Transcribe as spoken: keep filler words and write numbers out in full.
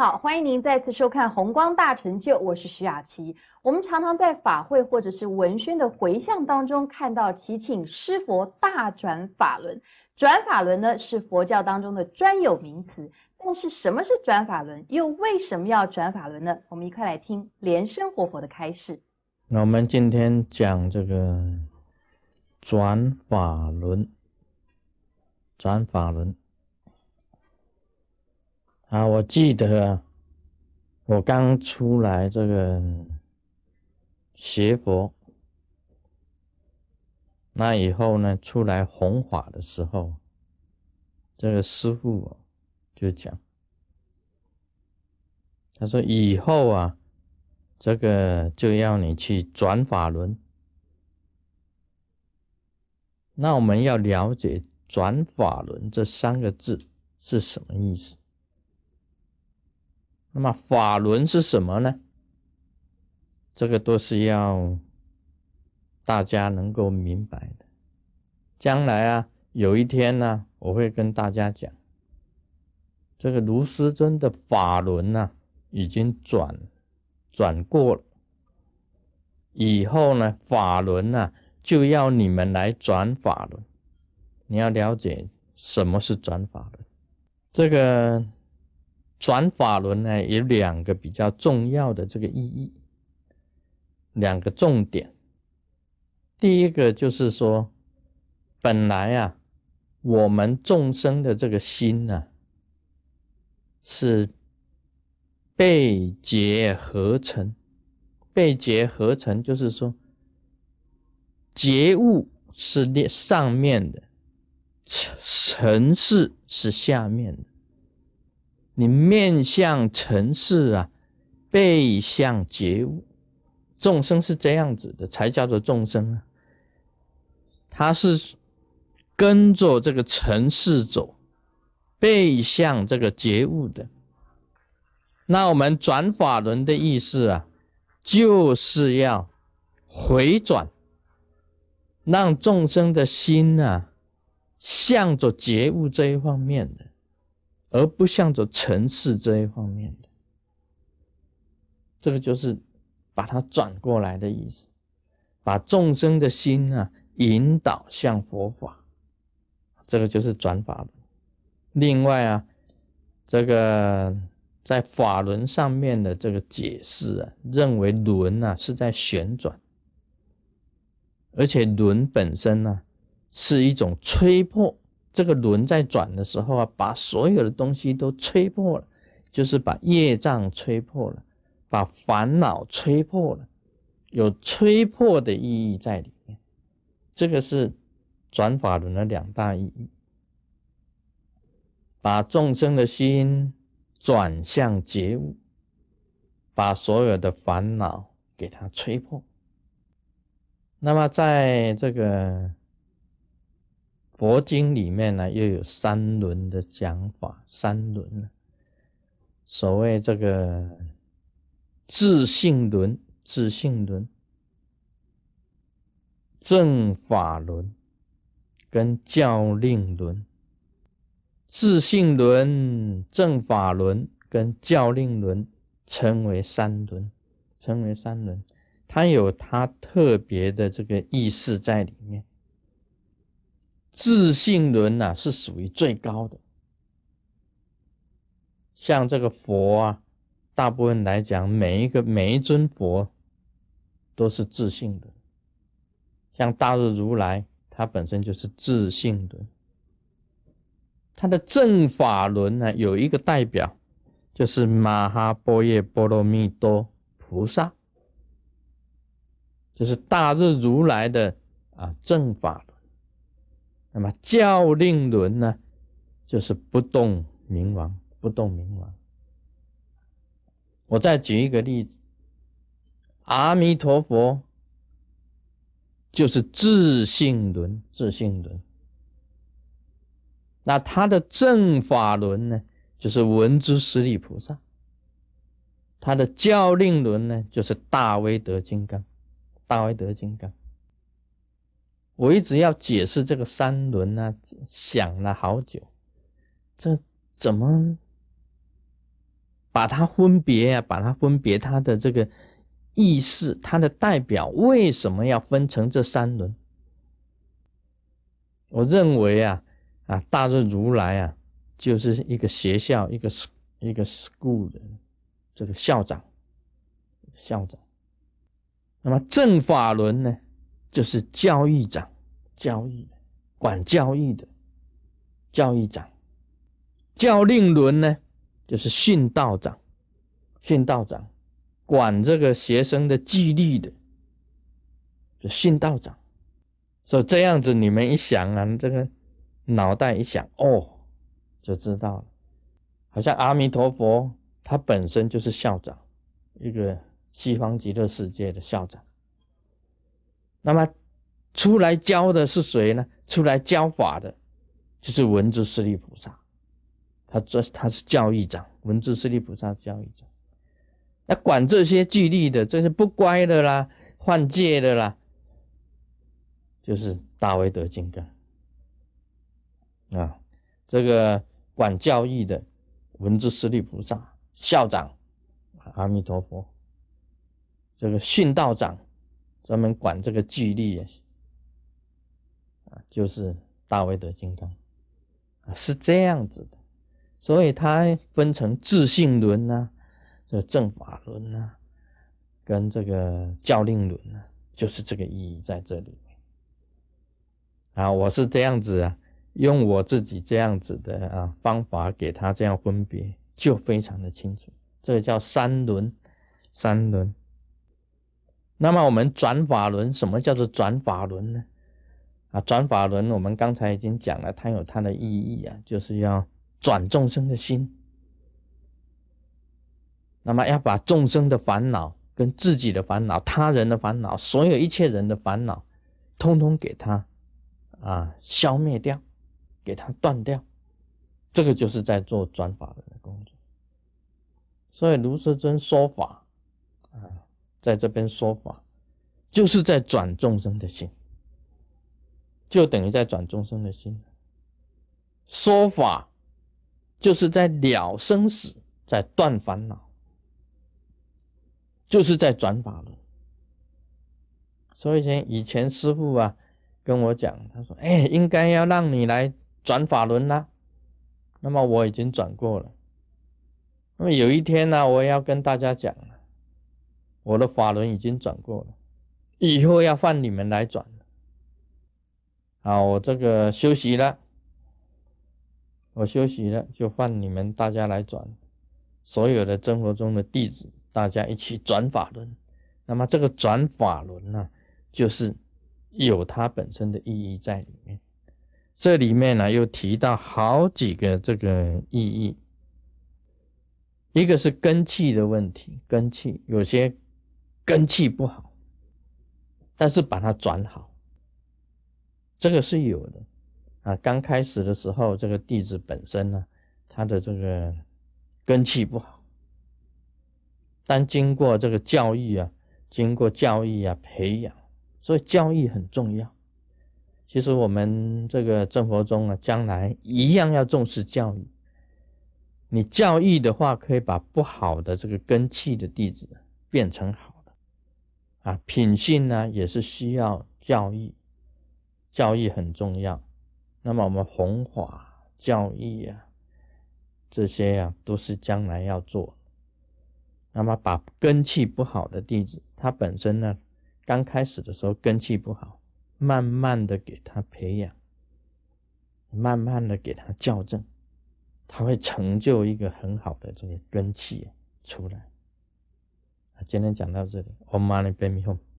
好，欢迎您再次收看《弘光大成就》，我是徐雅琪。我们常常在法会或者是文宣的回向当中看到祈请施佛大转法轮。转法轮呢是佛教当中的专有名词，但是什么是转法轮，又为什么要转法轮呢？我们一块来听莲生活佛的开示。 那我们今天讲这个转法轮，转法轮啊，我记得啊，我刚出来这个学佛，那以后呢，出来弘法的时候，这个师父啊就讲，他说以后啊，这个就要你去转法轮。那我们要了解转法轮这三个字是什么意思。那么法轮是什么呢？这个都是要大家能够明白的。将来啊，有一天呢、啊，我会跟大家讲，这个卢师尊的法轮啊，已经转转过了。以后呢，法轮啊，就要你们来转法轮。你要了解什么是转法轮。这个转法轮呢，有两个比较重要的这个意义，两个重点。第一个就是说，本来啊，我们众生的这个心啊，是被结合成。被结合成就是说，觉悟是上面的，尘世是下面的。你面向尘世啊，背向觉悟。众生是这样子的，才叫做众生啊。他是跟着这个尘世走，背向这个觉悟的。那我们转法轮的意思啊，就是要回转，让众生的心啊，向着觉悟这一方面的，而不向着尘世这一方面的。这个就是把它转过来的意思，把众生的心啊引导向佛法，这个就是转法轮。另外啊，这个在法轮上面的这个解释啊，认为轮啊是在旋转，而且轮本身啊是一种吹破。这个轮在转的时候啊，把所有的东西都吹破了，就是把业障吹破了，把烦恼吹破了，有吹破的意义在里面。这个是转法轮的两大意义，把众生的心转向觉悟，把所有的烦恼给它吹破。那么在这个佛经里面呢，又有三轮的讲法。三轮，所谓这个自性轮、自性轮、正法轮跟教令轮。自性轮、正法轮跟教令轮称为三轮，称为三轮，它有它特别的这个意思在里面。自性轮啊是属于最高的，像这个佛啊，大部分来讲，每一个每一尊佛都是自性轮。像大日如来，他本身就是自性轮。他的正法轮呢，有一个代表，就是马哈般若波罗蜜多菩萨，就是大日如来的啊正法轮。那么教令轮呢，就是不动明王，不动明王。我再举一个例子，阿弥陀佛就是自性轮，自性轮。那他的正法轮呢，就是文殊师利菩萨；他的教令轮呢，就是大威德金刚，大威德金刚。我一直要解释这个三轮啊，想了好久，这怎么把它分别啊，把它分别它的这个意识，它的代表为什么要分成这三轮？我认为啊啊，大日如来啊，就是一个学校，一个一个 school 的这个校长，校长。那么正法轮呢，就是教育长，教育管教育的教育长。教令轮呢，就是训道长，训道长管这个学生的纪律的，就训道长。所以这样子你们一想啊，这个脑袋一想，哦，就知道了。好像阿弥陀佛他本身就是校长，一个西方极乐世界的校长。那么出来教的是谁呢？出来教法的就是文殊师利菩萨，他这他是教育长，文殊师利菩萨教育长。那管这些纪律的，这些不乖的啦，犯戒的啦，就是大威德金刚啊。这个管教育的文殊师利菩萨，校长阿弥陀佛。这个训道长专门管这个纪律啊，就是大威德金刚啊，是这样子的。所以它分成自性轮啊，这个正法轮啊，跟这个教令轮啊，就是这个意义在这里面啊。我是这样子啊，用我自己这样子的啊方法给它这样分别，就非常的清楚。这个叫三轮，三轮。那么我们转法轮，什么叫做转法轮呢？啊，转法轮我们刚才已经讲了，它有它的意义啊，就是要转众生的心。那么要把众生的烦恼跟自己的烦恼、他人的烦恼、所有一切人的烦恼通通给它啊消灭掉，给它断掉。这个就是在做转法轮的工作。所以卢师尊说法啊，在这边说法就是在转众生的心，就等于在转众生的心。说法就是在了生死，在断烦恼，就是在转法轮。所以以前师父啊跟我讲，他说哎，应该要让你来转法轮啦。那么我已经转过了。那么有一天呢、啊，我也要跟大家讲，我的法轮已经转过了，以后要换你们来转。好，我这个休息了，我休息了，就换你们大家来转。所有的真佛宗的弟子，大家一起转法轮。那么这个转法轮呢、啊，就是有它本身的意义在里面。这里面呢又提到好几个这个意义。一个是根气的问题，根气有些根气不好，但是把它转好，这个是有的啊。刚开始的时候，这个弟子本身呢，他的这个根气不好，但经过这个教育啊，经过教育啊培养，所以教育很重要。其实我们这个正佛宗啊，将来一样要重视教育。你教育的话，可以把不好的这个根气的弟子变成好的啊。品性呢也是需要教育，教育很重要。那么我们弘法教育啊，这些啊都是将来要做。那么把根气不好的弟子，他本身呢刚开始的时候根气不好，慢慢的给他培养，慢慢的给他校正，他会成就一个很好的这个根气出来。今天讲到这里，Om Mani Padme Hum。